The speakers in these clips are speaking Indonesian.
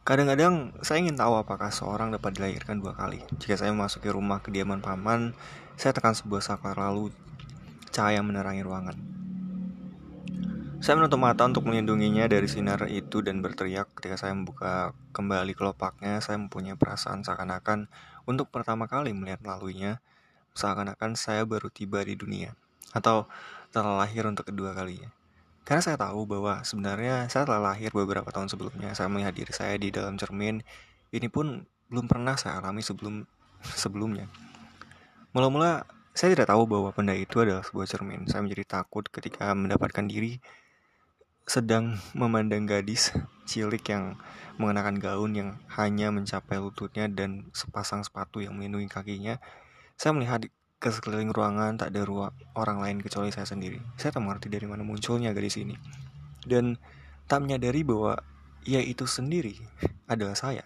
Kadang-kadang saya ingin tahu apakah seorang dapat dilahirkan dua kali. Jika saya memasuki rumah kediaman paman, saya tekan sebuah saklar lalu cahaya menerangi ruangan. Saya menutup mata untuk melindunginya dari sinar itu dan berteriak. Ketika saya membuka kembali kelopaknya, saya mempunyai perasaan seakan-akan untuk pertama kali melihat melaluinya, seakan-akan saya baru tiba di dunia, atau telah lahir untuk kedua kalinya. Karena saya tahu bahwa sebenarnya saya telah lahir beberapa tahun sebelumnya. Saya melihat diri saya di dalam cermin. Ini pun belum pernah saya alami sebelumnya. Mula-mula saya tidak tahu bahwa benda itu adalah sebuah cermin. Saya menjadi takut ketika mendapatkan diri sedang memandang gadis cilik yang mengenakan gaun yang hanya mencapai lututnya dan sepasang sepatu yang melindungi kakinya. Saya melihat ke sekeliling ruangan, tak ada orang lain kecuali saya sendiri. Saya tak mengerti dari mana munculnya gadis ini, dan tak menyadari bahwa ia itu sendiri adalah saya.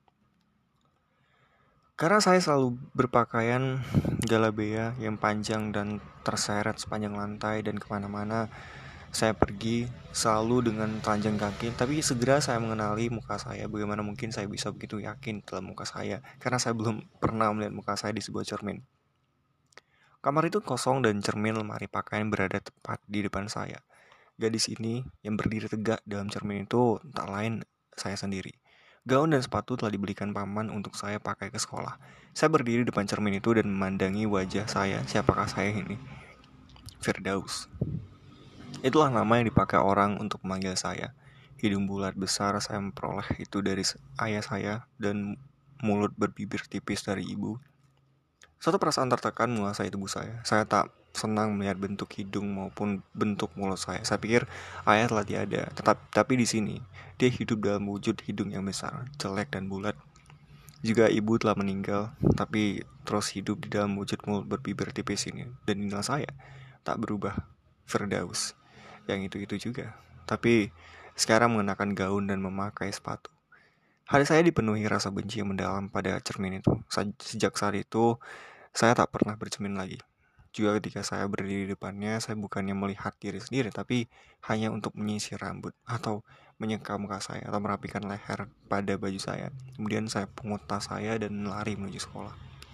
Karena saya selalu berpakaian galabea yang panjang dan terseret sepanjang lantai dan kemana-mana saya pergi selalu dengan telanjang kaki. Tapi segera saya mengenali muka saya. Bagaimana mungkin saya bisa begitu yakin dalam muka saya? Karena saya belum pernah melihat muka saya di sebuah cermin. Kamar itu kosong dan cermin lemari pakaian berada tepat di depan saya. Gadis ini yang berdiri tegak dalam cermin itu tak lain saya sendiri. Gaun dan sepatu telah dibelikan paman untuk saya pakai ke sekolah. Saya berdiri depan cermin itu dan memandangi wajah saya. Siapakah saya ini? Firdaus. Itulah nama yang dipakai orang untuk memanggil saya. Hidung bulat besar saya memperoleh itu dari ayah saya, dan mulut berbibir tipis dari ibu. Suatu perasaan tertekan menguasai tubuh saya. Saya tak senang melihat bentuk hidung maupun bentuk mulut saya. Saya pikir ayah telah tiada, tapi di sini dia hidup dalam wujud hidung yang besar, jelek dan bulat. Juga ibu telah meninggal, tapi terus hidup di dalam wujud mulut berbibir tipis ini. Dan inilah saya, tak berubah, Firdaus, yang itu-itu juga. Tapi sekarang mengenakan gaun dan memakai sepatu. Hati saya dipenuhi rasa benci yang mendalam pada cermin itu. Sejak saat itu, saya tak pernah bercermin lagi. Juga ketika saya berdiri di depannya, saya bukannya melihat diri sendiri, tapi hanya untuk menyisir rambut, atau menyeka muka saya, atau merapikan leher pada baju saya. Kemudian saya pungut tas saya dan lari menuju sekolah.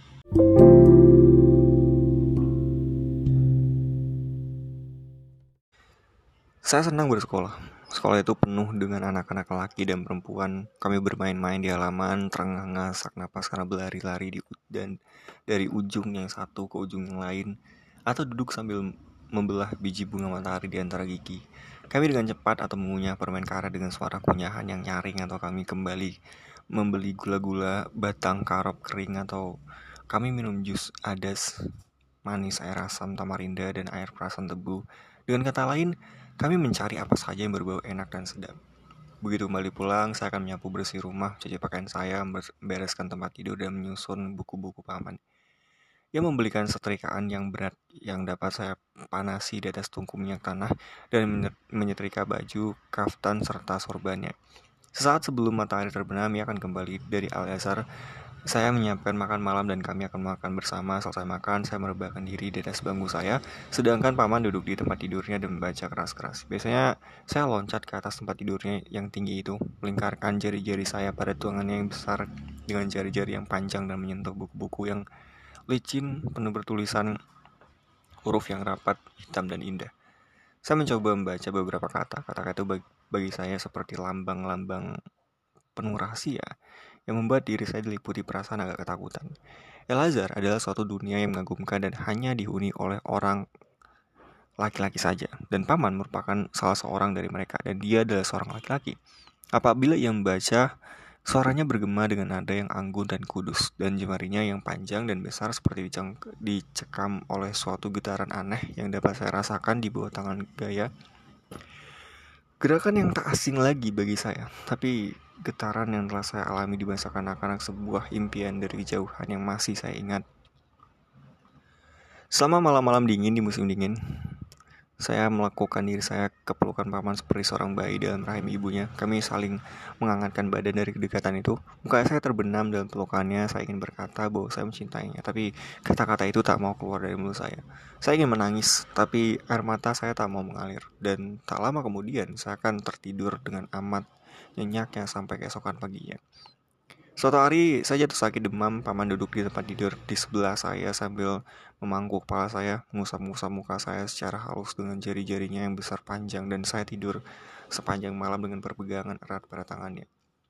Saya senang bersekolah. Sekolah itu penuh dengan anak-anak laki dan perempuan. Kami bermain-main di halaman, terengah-engah sak napas karena berlari-lari dan dari ujung yang satu ke ujung yang lain, atau duduk sambil membelah biji bunga matahari di antara gigi. Kami dengan cepat atau mengunyah permen karet dengan suara kunyahan yang nyaring, atau kami kembali membeli gula-gula, batang karop kering, atau kami minum jus adas manis, air asam tamarinda, dan air perasan tebu. Dengan kata lain, kami mencari apa saja yang berbau enak dan sedap. Begitu kembali pulang, saya akan menyapu bersih rumah, cuci pakaian saya, membereskan tempat tidur, dan menyusun buku-buku paman. Ia membelikan setrikaan yang berat yang dapat saya panasi di atas tungku minyak tanah, dan menyetrika baju, kaftan, serta sorbannya. Sesaat sebelum matahari terbenam, ia akan kembali dari Al-Azhar. Saya menyiapkan makan malam dan kami akan makan bersama. Selesai makan, saya merebahkan diri di atas bangku saya, sedangkan paman duduk di tempat tidurnya dan membaca keras-keras. Biasanya saya loncat ke atas tempat tidurnya yang tinggi itu, melingkarkan jari-jari saya pada tuangannya yang besar dengan jari-jari yang panjang, dan menyentuh buku-buku yang licin penuh bertulisan huruf yang rapat, hitam, dan indah. Saya mencoba membaca beberapa kata. Kata-kata itu bagi saya seperti lambang-lambang penuh rahasia yang membuat diri saya diliputi perasaan agak ketakutan. Al-Azhar adalah suatu dunia yang mengagumkan dan hanya dihuni oleh orang laki-laki saja. Dan paman merupakan salah seorang dari mereka, dan dia adalah seorang laki-laki. Apabila ia membaca, suaranya bergema dengan nada yang anggun dan kudus, dan jemarinya yang panjang dan besar seperti dicekam oleh suatu getaran aneh yang dapat saya rasakan di bawah tangan gaya. Gerakan yang tak asing lagi bagi saya, tapi getaran yang telah saya alami di masa kanak-kanak, sebuah impian dari kejauhan yang masih saya ingat. Selama malam-malam dingin di musim dingin, saya melakukan diri saya ke pelukan paman seperti seorang bayi dalam rahim ibunya. Kami saling menghangatkan badan dari kedekatan itu. Muka saya terbenam dalam pelukannya. Saya ingin berkata bahwa saya mencintainya, tapi kata-kata itu tak mau keluar dari mulut saya. Saya ingin menangis, tapi air mata saya tak mau mengalir. Dan tak lama kemudian, saya akan tertidur dengan amat nyenyaknya sampai keesokan paginya. Suatu hari saya jatuh sakit demam, paman duduk di tempat tidur di sebelah saya sambil memangku kepala saya, mengusap-ngusap muka saya secara halus dengan jari-jarinya yang besar panjang, dan saya tidur sepanjang malam dengan perpegangan erat pada tangannya.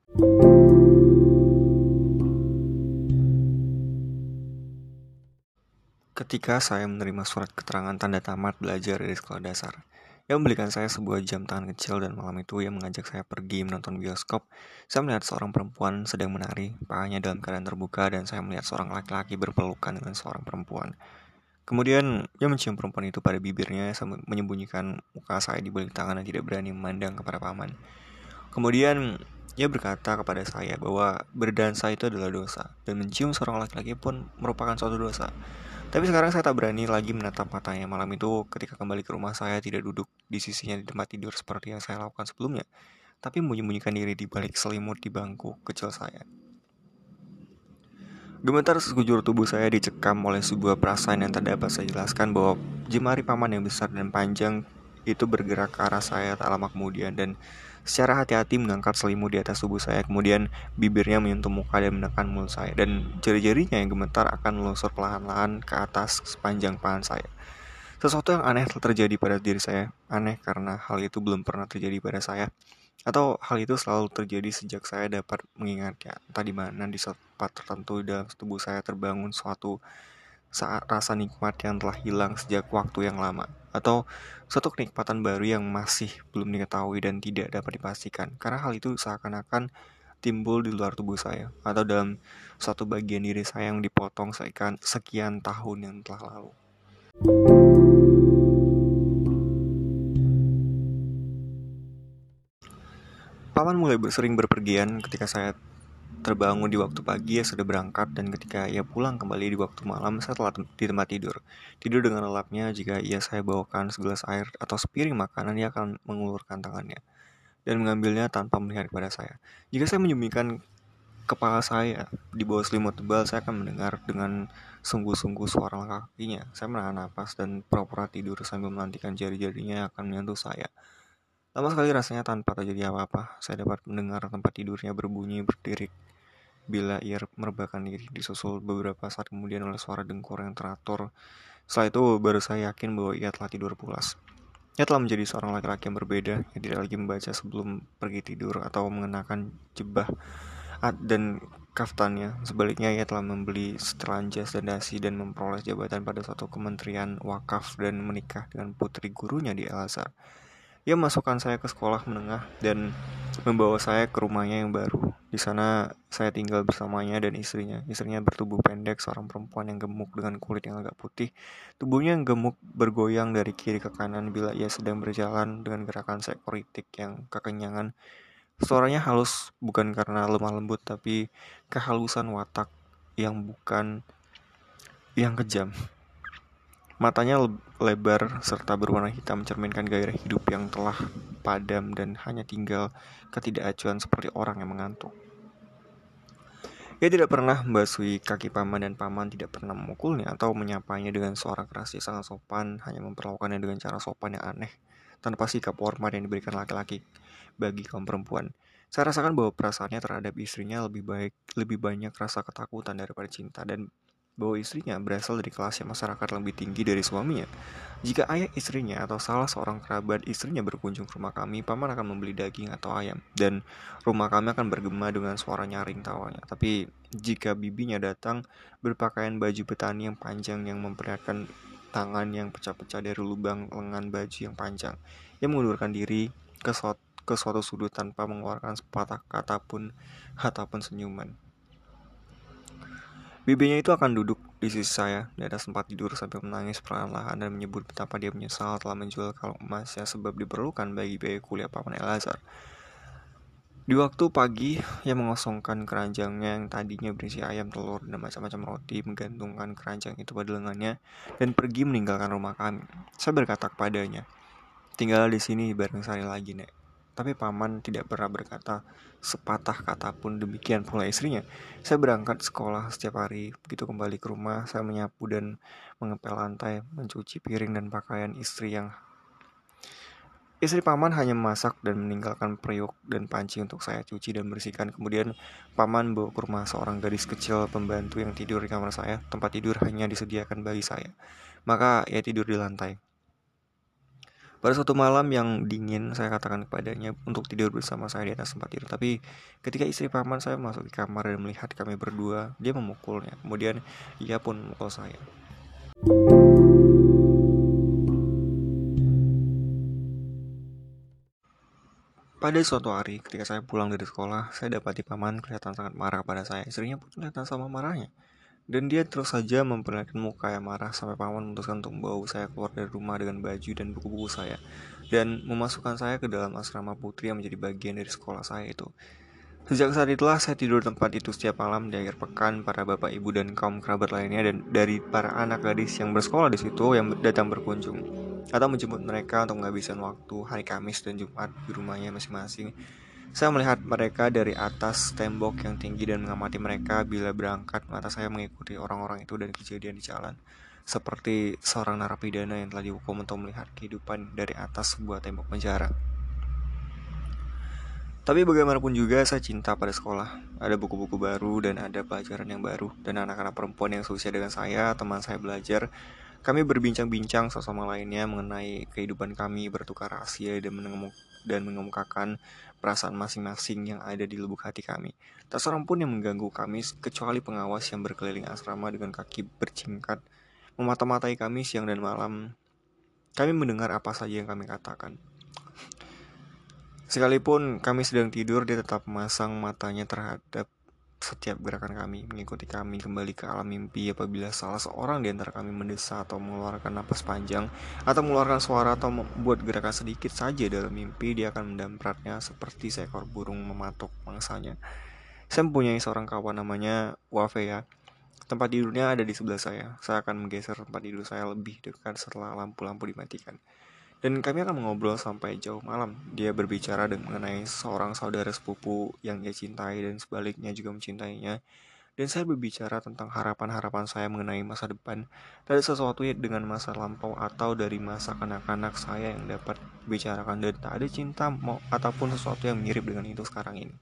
Ketika saya menerima surat keterangan tanda tamat belajar dari sekolah dasar, ia membelikan saya sebuah jam tangan kecil, dan malam itu ia mengajak saya pergi menonton bioskop. Saya melihat seorang perempuan sedang menari, pahanya dalam keadaan terbuka, dan saya melihat seorang laki-laki berpelukan dengan seorang perempuan. Kemudian, ia mencium perempuan itu pada bibirnya sambil menyembunyikan muka saya di balik tangan dan tidak berani memandang kepada paman. Kemudian, ia berkata kepada saya bahwa berdansa itu adalah dosa, dan mencium seorang laki-laki pun merupakan suatu dosa. Tapi sekarang saya tak berani lagi menatap matanya. Malam itu ketika kembali ke rumah, saya tidak duduk di sisinya di tempat tidur seperti yang saya lakukan sebelumnya, tapi menyembunyikan diri di balik selimut di bangku kecil saya. Gemetar sekujur tubuh saya dicekam oleh sebuah perasaan yang tak dapat saya jelaskan, bahwa jemari paman yang besar dan panjang itu bergerak ke arah saya tak lama kemudian, dan secara hati-hati mengangkat selimut di atas tubuh saya. Kemudian bibirnya menyentuh muka dan menekan mulut saya, dan jari-jarinya yang gemetar akan melusur perlahan-lahan ke atas sepanjang pahan saya. Sesuatu yang aneh telah terjadi pada diri saya. Aneh karena hal itu belum pernah terjadi pada saya, atau hal itu selalu terjadi sejak saya dapat mengingatnya. Entah di mana di tempat tertentu dalam tubuh saya terbangun suatu saat rasa nikmat yang telah hilang sejak waktu yang lama, atau suatu kenikmatan baru yang masih belum diketahui dan tidak dapat dipastikan, karena hal itu seakan-akan timbul di luar tubuh saya, atau dalam suatu bagian diri saya yang dipotong sekian tahun yang telah lalu. Paman mulai sering berpergian. Ketika saya terbangun di waktu pagi, ia sudah berangkat, dan ketika ia pulang kembali di waktu malam, saya telah di tempat tidur. Tidur dengan lelapnya. Jika saya bawakan segelas air atau sepiring makanan, ia akan mengulurkan tangannya dan mengambilnya tanpa melihat kepada saya. Jika saya menyembunyikan kepala saya di bawah selimut tebal, saya akan mendengar dengan sungguh-sungguh suara langkah kakinya. Saya menahan napas dan pura-pura tidur sambil menantikan jari-jarinya yang akan menyentuh saya. Lama sekali rasanya tanpa terjadi apa-apa. Saya dapat mendengar tempat tidurnya berbunyi berdiri bila ia merebahkan diri, disusul beberapa saat kemudian oleh suara dengkur yang teratur. Setelah itu baru saya yakin bahwa ia telah tidur pulas. Ia telah menjadi seorang laki-laki yang berbeda, yang tidak lagi membaca sebelum pergi tidur atau mengenakan jubah dan kaftannya. Sebaliknya, ia telah membeli setelan jas dan dasi dan memperoleh jabatan pada suatu kementerian wakaf dan menikah dengan putri gurunya di Al-Azhar. Ia memasukkan saya ke sekolah menengah dan membawa saya ke rumahnya yang baru. Di sana saya tinggal bersamanya dan istrinya. Istrinya bertubuh pendek, seorang perempuan yang gemuk dengan kulit yang agak putih. Tubuhnya yang gemuk bergoyang dari kiri ke kanan bila ia sedang berjalan dengan gerakan seekor itik yang kekenyangan. Suaranya halus bukan karena lemah lembut, tapi kehalusan watak yang bukan yang kejam. Matanya lebar serta berwarna hitam mencerminkan gairah hidup yang telah padam dan hanya tinggal ketidakacuan seperti orang yang mengantuk. Ia tidak pernah membasuhi kaki paman, dan paman tidak pernah memukulnya atau menyapanya dengan suara keras. Dia sangat sopan, hanya memperlakukannya dengan cara sopan yang aneh, tanpa sikap hormat yang diberikan laki-laki bagi kaum perempuan. Saya rasakan bahwa perasaannya terhadap istrinya lebih banyak rasa ketakutan daripada cinta, dan bahwa istrinya berasal dari kelas yang masyarakat lebih tinggi dari suaminya. Jika ayah istrinya atau salah seorang kerabat istrinya berkunjung ke rumah kami, paman akan membeli daging atau ayam, dan rumah kami akan bergema dengan suara nyaring tawanya. Tapi jika bibinya datang berpakaian baju petani yang panjang yang memperlihatkan tangan yang pecah-pecah dari lubang lengan baju yang panjang, ia mengundurkan diri ke suatu sudut tanpa mengeluarkan sepatah kata pun ataupun senyuman. Bibinya itu akan duduk di sisi saya di atas tempat tidur sambil menangis perlahan-lahan dan menyebut betapa dia menyesal telah menjual kalung emasnya sebab diperlukan bagi biaya kuliah paman Al-Azhar. Di waktu pagi, ia mengosongkan keranjangnya yang tadinya berisi ayam, telur, dan macam-macam roti, menggantungkan keranjang itu pada lengannya, dan pergi meninggalkan rumah kami. Saya berkata kepadanya, "Tinggal di sini bareng saya lagi, Nek." Tapi paman tidak pernah berkata sepatah kata pun. Demikian pula istrinya. Saya berangkat sekolah setiap hari. Begitu kembali ke rumah, saya menyapu dan mengepel lantai, mencuci piring dan pakaian istri yang Istri paman hanya memasak dan meninggalkan periuk dan panci untuk saya cuci dan bersihkan. Kemudian paman bawa ke rumah seorang gadis kecil pembantu yang tidur di kamar saya. Tempat tidur hanya disediakan bagi saya. Maka ia tidur di lantai. Pada suatu malam yang dingin, saya katakan kepadanya untuk tidur bersama saya di atas tempat tidur. Tapi ketika istri paman saya masuk di kamar dan melihat kami berdua, dia memukulnya. Kemudian ia pun memukul saya. Pada suatu hari, ketika saya pulang dari sekolah, saya dapati paman kelihatan sangat marah pada saya. Istrinya pun kelihatan sama marahnya. Dan dia terus saja memperlihatkan muka yang marah sampai paman memutuskan untuk membawa saya keluar dari rumah dengan baju dan buku-buku saya. Dan memasukkan saya ke dalam asrama putri yang menjadi bagian dari sekolah saya itu. Sejak saat itulah saya tidur di tempat itu setiap malam di akhir pekan. Para bapak ibu dan kaum kerabat lainnya dan dari para anak gadis yang bersekolah di situ yang datang berkunjung atau menjemput mereka untuk menghabiskan waktu hari Kamis dan Jumat di rumahnya masing-masing. Saya melihat mereka dari atas tembok yang tinggi dan mengamati mereka. Bila berangkat, mata saya mengikuti orang-orang itu dan kejadian di jalan, seperti seorang narapidana yang telah dihukum untuk melihat kehidupan dari atas sebuah tembok penjara. Tapi bagaimanapun juga saya cinta pada sekolah. Ada buku-buku baru dan ada pelajaran yang baru. Dan anak-anak perempuan yang seusia dengan saya, teman saya belajar. Kami berbincang-bincang sesama lainnya mengenai kehidupan kami, bertukar rahasia dan mengemukakan perasaan masing-masing yang ada di lubuk hati kami. Tak seorang pun yang mengganggu kami kecuali pengawas yang berkeliling asrama dengan kaki berjingkat, memata-matai kami siang dan malam. Kami mendengar apa saja yang kami katakan. Sekalipun kami sedang tidur, dia tetap memasang matanya terhadap setiap gerakan kami, mengikuti kami kembali ke alam mimpi. Apabila salah seorang di antara kami mendesak atau mengeluarkan napas panjang, atau mengeluarkan suara atau membuat gerakan sedikit saja dalam mimpi, dia akan mendampratnya seperti seekor burung mematuk mangsanya. Saya mempunyai seorang kawan namanya Wafea. Tempat tidurnya ada di sebelah saya. Saya akan menggeser tempat tidur saya lebih dekat setelah lampu-lampu dimatikan. Dan kami akan mengobrol sampai jauh malam. Dia berbicara mengenai seorang saudara sepupu yang dia cintai dan sebaliknya juga mencintainya. Dan saya berbicara tentang harapan-harapan saya mengenai masa depan. Tak ada sesuatu dengan masa lampau atau dari masa kanak-kanak saya yang dapat dibicarakan. Dan tak ada cinta ataupun sesuatu yang mirip dengan itu sekarang ini.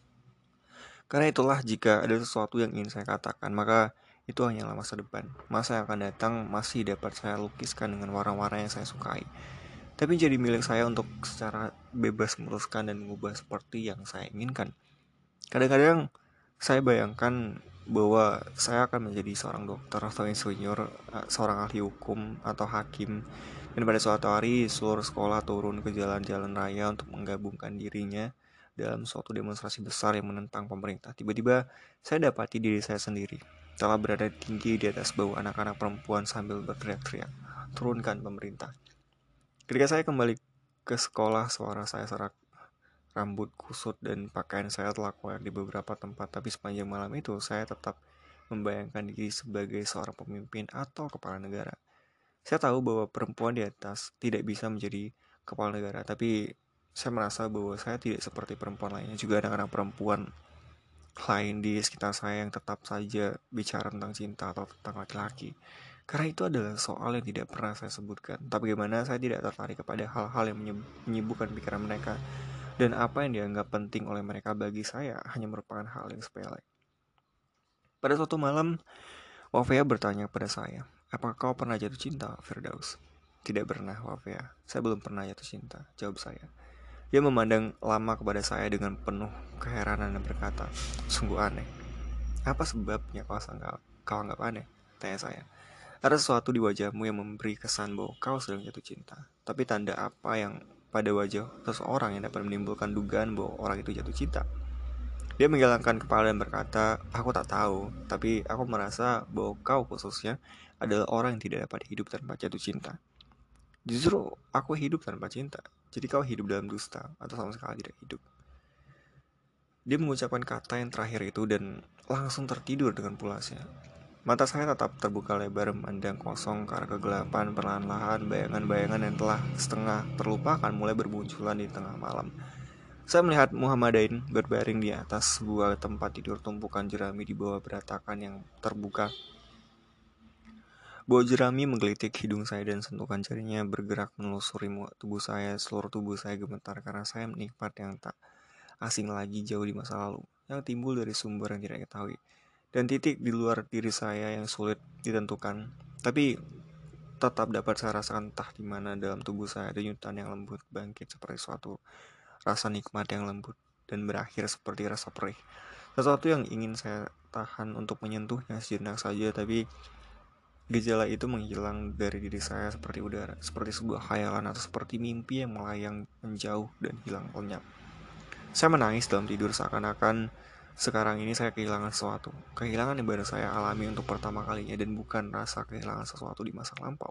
Karena itulah jika ada sesuatu yang ingin saya katakan, maka itu hanyalah masa depan. Masa yang akan datang masih dapat saya lukiskan dengan warna-warna yang saya sukai. Tapi jadi milik saya untuk secara bebas meneruskan dan mengubah seperti yang saya inginkan. Kadang-kadang saya bayangkan bahwa saya akan menjadi seorang dokter atau insinyur, seorang ahli hukum atau hakim. Dan pada suatu hari seluruh sekolah turun ke jalan-jalan raya untuk menggabungkan dirinya dalam suatu demonstrasi besar yang menentang pemerintah. Tiba-tiba saya dapati diri saya sendiri telah berada tinggi di atas bahu anak-anak perempuan sambil berteriak-teriak, "Turunkan pemerintah!" Ketika saya kembali ke sekolah, suara saya serak, rambut kusut dan pakaian saya telah koyak di beberapa tempat. Tapi sepanjang malam itu, saya tetap membayangkan diri sebagai seorang pemimpin atau kepala negara. Saya tahu bahwa perempuan di atas tidak bisa menjadi kepala negara, tapi saya merasa bahwa saya tidak seperti perempuan lainnya. Juga anak-anak perempuan lain di sekitar saya yang tetap saja bicara tentang cinta atau tentang laki-laki. Karena itu adalah soal yang tidak pernah saya sebutkan. Tapi bagaimana saya tidak tertarik kepada hal-hal yang menyibukkan pikiran mereka. Dan apa yang dianggap penting oleh mereka bagi saya hanya merupakan hal yang sepele. Pada suatu malam, Wafea bertanya pada saya, "Apakah kau pernah jatuh cinta, Firdaus?" "Tidak pernah, Wafea. Saya belum pernah jatuh cinta," jawab saya. Dia memandang lama kepada saya dengan penuh keheranan dan berkata, "Sungguh aneh. Apa sebabnya kau anggap aneh?" tanya saya. "Ada sesuatu di wajahmu yang memberi kesan bahwa kau sedang jatuh cinta. Tapi tanda apa yang pada wajah seseorang yang dapat menimbulkan dugaan bahwa orang itu jatuh cinta?" Dia menggelengkan kepala dan berkata, "Aku tak tahu, tapi aku merasa bahwa kau khususnya adalah orang yang tidak dapat hidup tanpa jatuh cinta." "Justru aku hidup tanpa cinta. Jadi kau hidup dalam dusta atau sama sekali tidak hidup." Dia mengucapkan kata yang terakhir itu dan langsung tertidur dengan pulasnya. Mata saya tetap terbuka lebar memandang kosong ke arah kegelapan. Perlahan-lahan bayangan-bayangan yang telah setengah terlupakan mulai bermunculan di tengah malam. Saya melihat Muhammadain berbaring di atas sebuah tempat tidur tumpukan jerami di bawah beratakan yang terbuka. Bau jerami menggelitik hidung saya dan sentuhan jarinya bergerak menelusuri tubuh saya. Seluruh tubuh saya gemetar karena saya menikmat yang tak asing lagi jauh di masa lalu, yang timbul dari sumber yang tidak diketahui, dan titik di luar diri saya yang sulit ditentukan. Tapi tetap dapat saya rasakan entah di mana dalam tubuh saya denyutan yang lembut bangkit seperti suatu rasa nikmat yang lembut dan berakhir seperti rasa perih. Sesuatu yang ingin saya tahan untuk menyentuhnya sejenak saja, tapi gejala itu menghilang dari diri saya seperti udara, seperti sebuah khayalan atau seperti mimpi yang melayang menjauh dan hilang lenyap. Saya menangis dalam tidur seakan-akan sekarang ini saya kehilangan sesuatu. Kehilangan yang baru saya alami untuk pertama kalinya dan bukan rasa kehilangan sesuatu di masa lampau.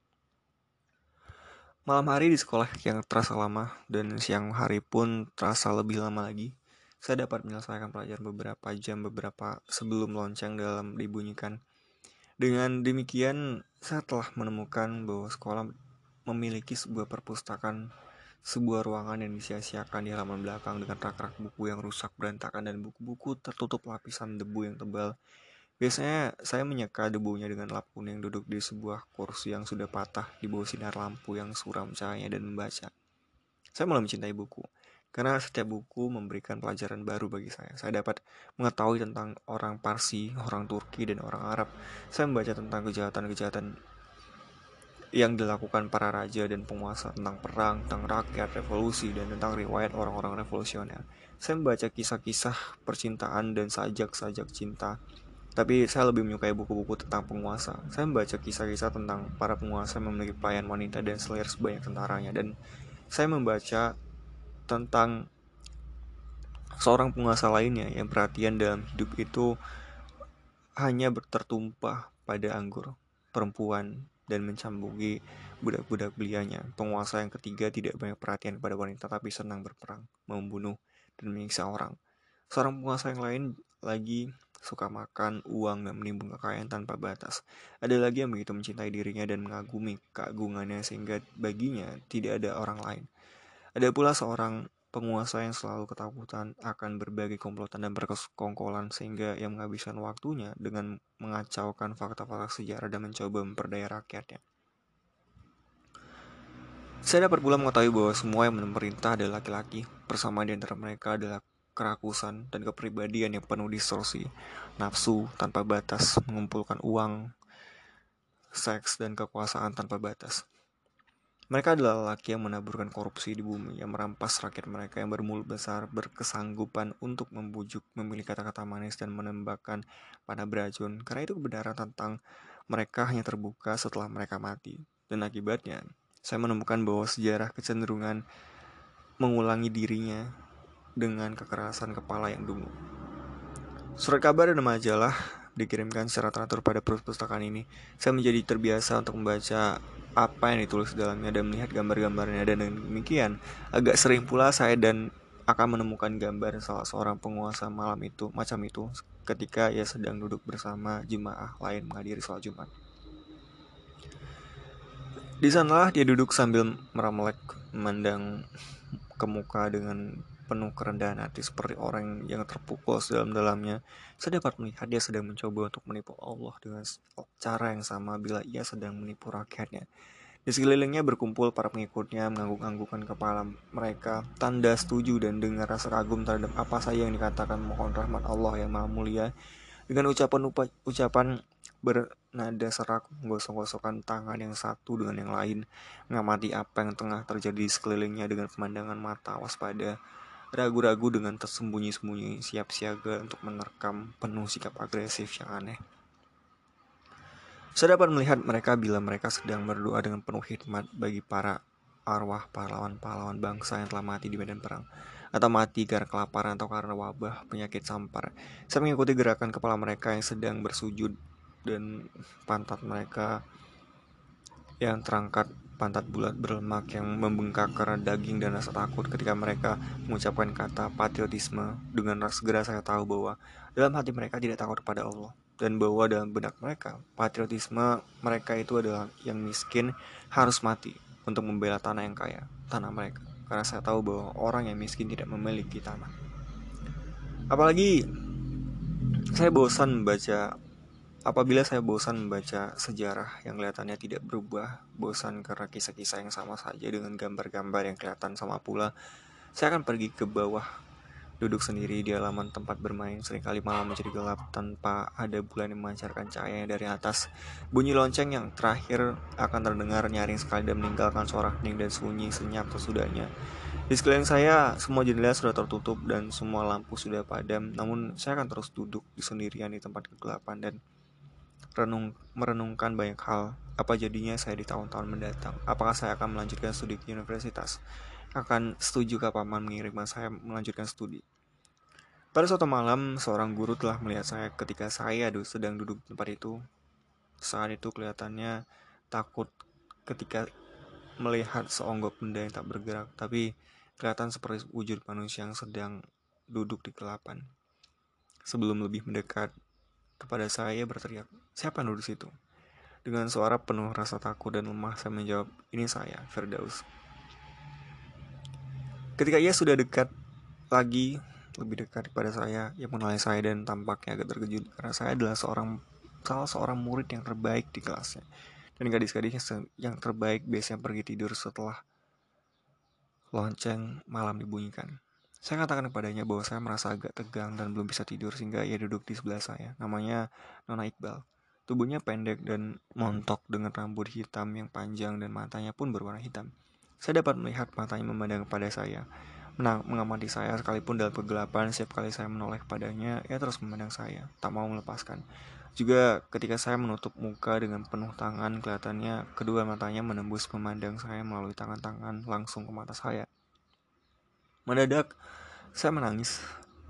Malam hari di sekolah yang terasa lama dan siang hari pun terasa lebih lama lagi. Saya dapat menyelesaikan pelajaran beberapa jam sebelum lonceng dalam dibunyikan. Dengan demikian, saya telah menemukan bahwa sekolah memiliki sebuah perpustakaan, sebuah ruangan yang disia-siakan di halaman belakang dengan rak-rak buku yang rusak berantakan dan buku-buku tertutup lapisan debu yang tebal. Biasanya saya menyeka debunya dengan lap kuning duduk di sebuah kursi yang sudah patah di bawah sinar lampu yang suram cahayanya dan membaca. Saya mulai mencintai buku, karena setiap buku memberikan pelajaran baru bagi saya. Saya dapat mengetahui tentang orang Parsi, orang Turki, dan orang Arab. Saya membaca tentang kejahatan-kejahatan yang dilakukan para raja dan penguasa, tentang perang, tentang rakyat, revolusi, dan tentang riwayat orang-orang revolusioner. Saya membaca kisah-kisah percintaan dan sajak-sajak cinta. Tapi saya lebih menyukai buku-buku tentang penguasa. Saya membaca kisah-kisah tentang para penguasa yang memiliki pelayan wanita dan selir sebanyak tentaranya. Dan saya membaca tentang seorang penguasa lainnya yang perhatian dalam hidup itu hanya tertumpah pada anggur, perempuan, dan mencambuki budak-budak belianya. Penguasa yang ketiga tidak banyak perhatian kepada wanita tapi senang berperang, membunuh, dan menyiksa orang. Seorang penguasa yang lain lagi suka makan, uang, dan menimbun kekayaan tanpa batas. Ada lagi yang begitu mencintai dirinya dan mengagumi keagungannya sehingga baginya tidak ada orang lain. Ada pula seorang penguasa yang selalu ketakutan akan berbagai komplotan dan persekongkolan sehingga yang menghabiskan waktunya dengan mengacaukan fakta-fakta sejarah dan mencoba memperdaya rakyatnya. Saya dapat pula mengetahui bahwa semua yang memerintah adalah laki-laki. Persamaan di antara mereka adalah kerakusan dan kepribadian yang penuh distorsi, nafsu tanpa batas, mengumpulkan uang, seks, dan kekuasaan tanpa batas. Mereka adalah lelaki yang menaburkan korupsi di bumi, yang merampas rakyat mereka yang bermulut besar, berkesanggupan untuk membujuk, memilih kata-kata manis dan menembakkan panah beracun. Karena itu kebenaran tentang mereka hanya terbuka setelah mereka mati. Dan akibatnya, saya menemukan bahwa sejarah kecenderungan mengulangi dirinya dengan kekerasan kepala yang dungu. Surat kabar dan majalah dikirimkan secara teratur pada perpustakaan ini. Saya menjadi terbiasa untuk membaca apa yang ditulis di dalamnya dan melihat gambar-gambarnya, dan demikian agak sering pula saya dan akan menemukan gambar salah seorang penguasa macam itu ketika ia sedang duduk bersama jemaah lain menghadiri sholat Jumat. Di sanalah dia duduk sambil meramelek, memandang ke muka dengan penuh kerendahan hati seperti orang yang terpukul sedalam-dalamnya. Saya dapat melihat dia sedang mencoba untuk menipu Allah dengan cara yang sama bila ia sedang menipu rakyatnya. Di sekelilingnya berkumpul para pengikutnya, mengangguk-anggukkan kepala mereka, tanda setuju dan dengar rasa kagum terhadap apa saja yang dikatakan, mohon rahmat Allah yang maha mulia. Dengan ucapan bernada serak, menggosok-gosokkan tangan yang satu dengan yang lain, mengamati apa yang tengah terjadi di sekelilingnya dengan pemandangan mata waspada, ragu-ragu dengan tersembunyi-sembunyi, siap siaga untuk menerkam penuh sikap agresif yang aneh. Saya dapat melihat mereka bila mereka sedang berdoa dengan penuh hikmat bagi para arwah pahlawan-pahlawan bangsa yang telah mati di medan perang, atau mati karena kelaparan atau karena wabah penyakit sampar. Saya mengikuti gerakan kepala mereka yang sedang bersujud dan pantat mereka yang terangkat, pantat bulat berlemak yang membengkak karena daging dan rasa takut ketika mereka mengucapkan kata patriotisme. Dengan segera saya tahu bahwa dalam hati mereka tidak takut kepada Allah, dan bahwa dalam benak mereka patriotisme mereka itu adalah yang miskin harus mati untuk membela tanah yang kaya, tanah mereka. Karena saya tahu bahwa orang yang miskin tidak memiliki tanah. Apalagi saya bosan membaca Apabila saya bosan membaca sejarah yang kelihatannya tidak berubah, bosan karena kisah-kisah yang sama saja dengan gambar-gambar yang kelihatan sama pula, saya akan pergi ke bawah, duduk sendiri di halaman tempat bermain. Seringkali malam menjadi gelap tanpa ada bulan yang memancarkan cahayanya dari atas. Bunyi lonceng yang terakhir akan terdengar nyaring sekali dan meninggalkan suara hening dan sunyi senyap sesudahnya. Di sekeliling saya, semua jendela sudah tertutup dan semua lampu sudah padam. Namun saya akan terus duduk di sendirian di tempat kegelapan dan merenungkan banyak hal. Apa jadinya saya di tahun-tahun mendatang? Apakah saya akan melanjutkan studi di universitas? Akan setuju ke paman mengirim saya melanjutkan studi? Pada suatu malam, seorang guru telah melihat saya ketika saya sedang duduk di tempat itu. Saat itu kelihatannya takut ketika melihat seonggok benda yang tak bergerak, tapi kelihatan seperti wujud manusia yang sedang duduk di kegelapan. Sebelum lebih mendekat kepada saya berteriak, "Siapa yang duduk di situ?" Dengan suara penuh rasa takut dan lemah, saya menjawab, "Ini saya, Firdaus." Ketika ia sudah dekat lagi, lebih dekat kepada saya, ia mengenali saya dan tampaknya agak terkejut karena saya adalah salah seorang murid yang terbaik di kelasnya. Dan gadis-gadis yang terbaik biasanya pergi tidur setelah lonceng malam dibunyikan. Saya katakan kepadanya bahwa saya merasa agak tegang dan belum bisa tidur sehingga ia duduk di sebelah saya. Namanya Nona Iqbal. Tubuhnya pendek dan montok dengan rambut hitam yang panjang dan matanya pun berwarna hitam. Saya dapat melihat matanya memandang kepada saya, mengamati saya sekalipun dalam kegelapan. Setiap kali saya menoleh kepadanya, ia terus memandang saya, tak mau melepaskan. Juga ketika saya menutup muka dengan penuh tangan, kelihatannya kedua matanya menembus memandang saya melalui tangan-tangan langsung ke mata saya. Mendadak, saya menangis.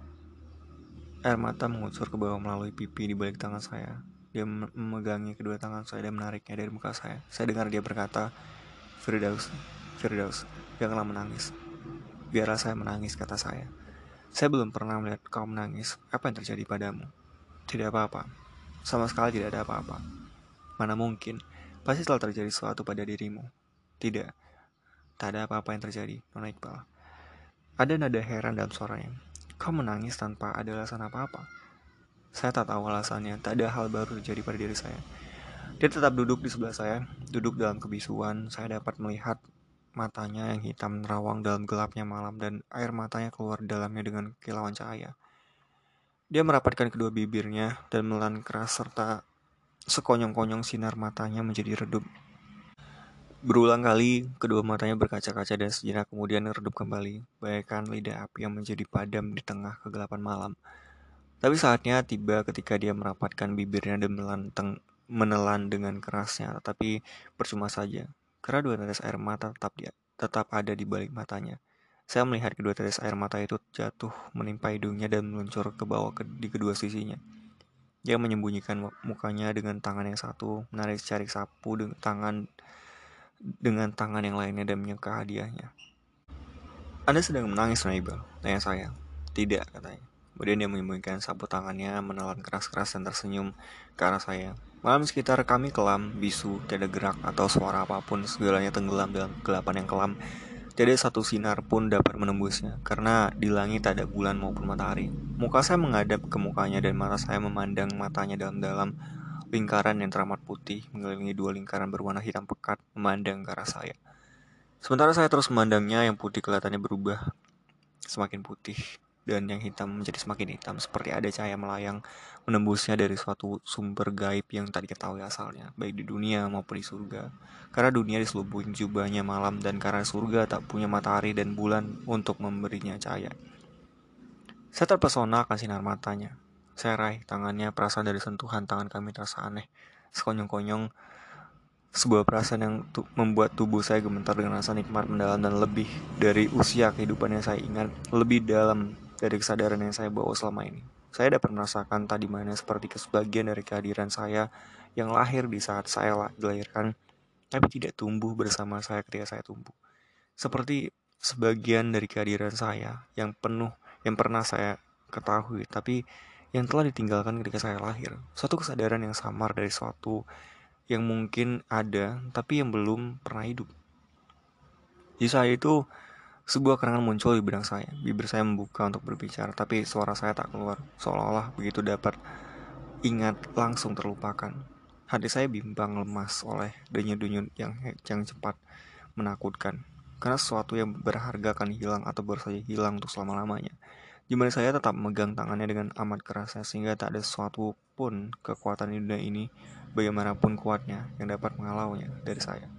Air mata mengucur ke bawah melalui pipi di balik tangan saya. Dia memegangi kedua tangan saya dan menariknya dari muka saya. Saya dengar dia berkata, "Firdaus, Firdaus, janganlah menangis." "Biarlah saya menangis," kata saya. "Saya belum pernah melihat kau menangis. Apa yang terjadi padamu?" "Tidak apa-apa. Sama sekali tidak ada apa-apa." "Mana mungkin. Pasti telah terjadi sesuatu pada dirimu." "Tidak. Tak ada apa-apa yang terjadi, Nona Iqbal." Ada nada heran dalam suaranya. "Kau menangis tanpa ada alasan apa-apa?" Saya tak tahu alasannya. Tak ada hal baru terjadi pada diri saya. Dia tetap duduk di sebelah saya, duduk dalam kebisuan. Saya dapat melihat matanya yang hitam nerawang dalam gelapnya malam dan air matanya keluar dalamnya dengan kilauan cahaya. Dia merapatkan kedua bibirnya dan menelan keras serta sekonyong-konyong sinar matanya menjadi redup. Berulang kali, kedua matanya berkaca-kaca dan sejenak kemudian redup kembali, bagaikan lidah api yang menjadi padam di tengah kegelapan malam. Tapi saatnya tiba ketika dia merapatkan bibirnya dan menelan dengan kerasnya, tetapi percuma saja, karena dua tetes air mata tetap ada di balik matanya. Saya melihat kedua tetes air mata itu jatuh menimpa hidungnya dan meluncur ke bawah di kedua sisinya. Dia menyembunyikan mukanya dengan tangan yang satu, menarik secari sapu dengan tangan yang lainnya dan menyeka hadiahnya. "Anda sedang menangis, Naibal?" tanya saya. "Tidak," katanya. Kemudian dia menyembunyikan sapu tangannya, menelan keras-keras dan tersenyum ke arah saya. Malam sekitar kami kelam, bisu, tidak gerak atau suara apapun, segalanya tenggelam dalam kegelapan yang kelam. Tidak ada satu sinar pun dapat menembusnya, karena di langit tak ada bulan maupun matahari. Muka saya menghadap ke mukanya dan mata saya memandang matanya dalam-dalam. Lingkaran yang teramat putih mengelilingi dua lingkaran berwarna hitam pekat memandang ke arah saya. Sementara saya terus memandangnya, yang putih kelihatannya berubah semakin putih dan yang hitam menjadi semakin hitam, seperti ada cahaya melayang menembusnya dari suatu sumber gaib yang tak diketahui asalnya, baik di dunia maupun di surga. Karena dunia diselubungi jubahnya malam dan karena surga tak punya matahari dan bulan untuk memberinya cahaya. Saya terpesona akan sinar matanya. Saya raih tangannya, perasaan dari sentuhan tangan kami terasa aneh, sekonyong-konyong. Sebuah perasaan yang membuat tubuh saya gemetar dengan rasa nikmat mendalam dan lebih dari usia kehidupan yang saya ingat, lebih dalam dari kesadaran yang saya bawa selama ini. Saya dapat merasakan tadi mana seperti sebagian dari kehadiran saya yang lahir di saat saya dilahirkan, tapi tidak tumbuh bersama saya ketika saya tumbuh. Seperti sebagian dari kehadiran saya yang pernah saya ketahui, tapi yang telah ditinggalkan ketika saya lahir. Suatu kesadaran yang samar dari suatu yang mungkin ada, tapi yang belum pernah hidup. Di saya itu, sebuah kerangan muncul di bidang saya. Bibir saya membuka untuk berbicara, tapi suara saya tak keluar. Seolah-olah begitu dapat ingat langsung terlupakan. Hati saya bimbang lemas oleh denyut-denyut yang cepat menakutkan. Karena sesuatu yang berharga akan hilang atau baru saja hilang untuk selama-lamanya. Jemari saya tetap memegang tangannya dengan amat kerasnya sehingga tak ada sesuatu pun kekuatan di dunia ini bagaimanapun kuatnya yang dapat menghalaunya dari saya.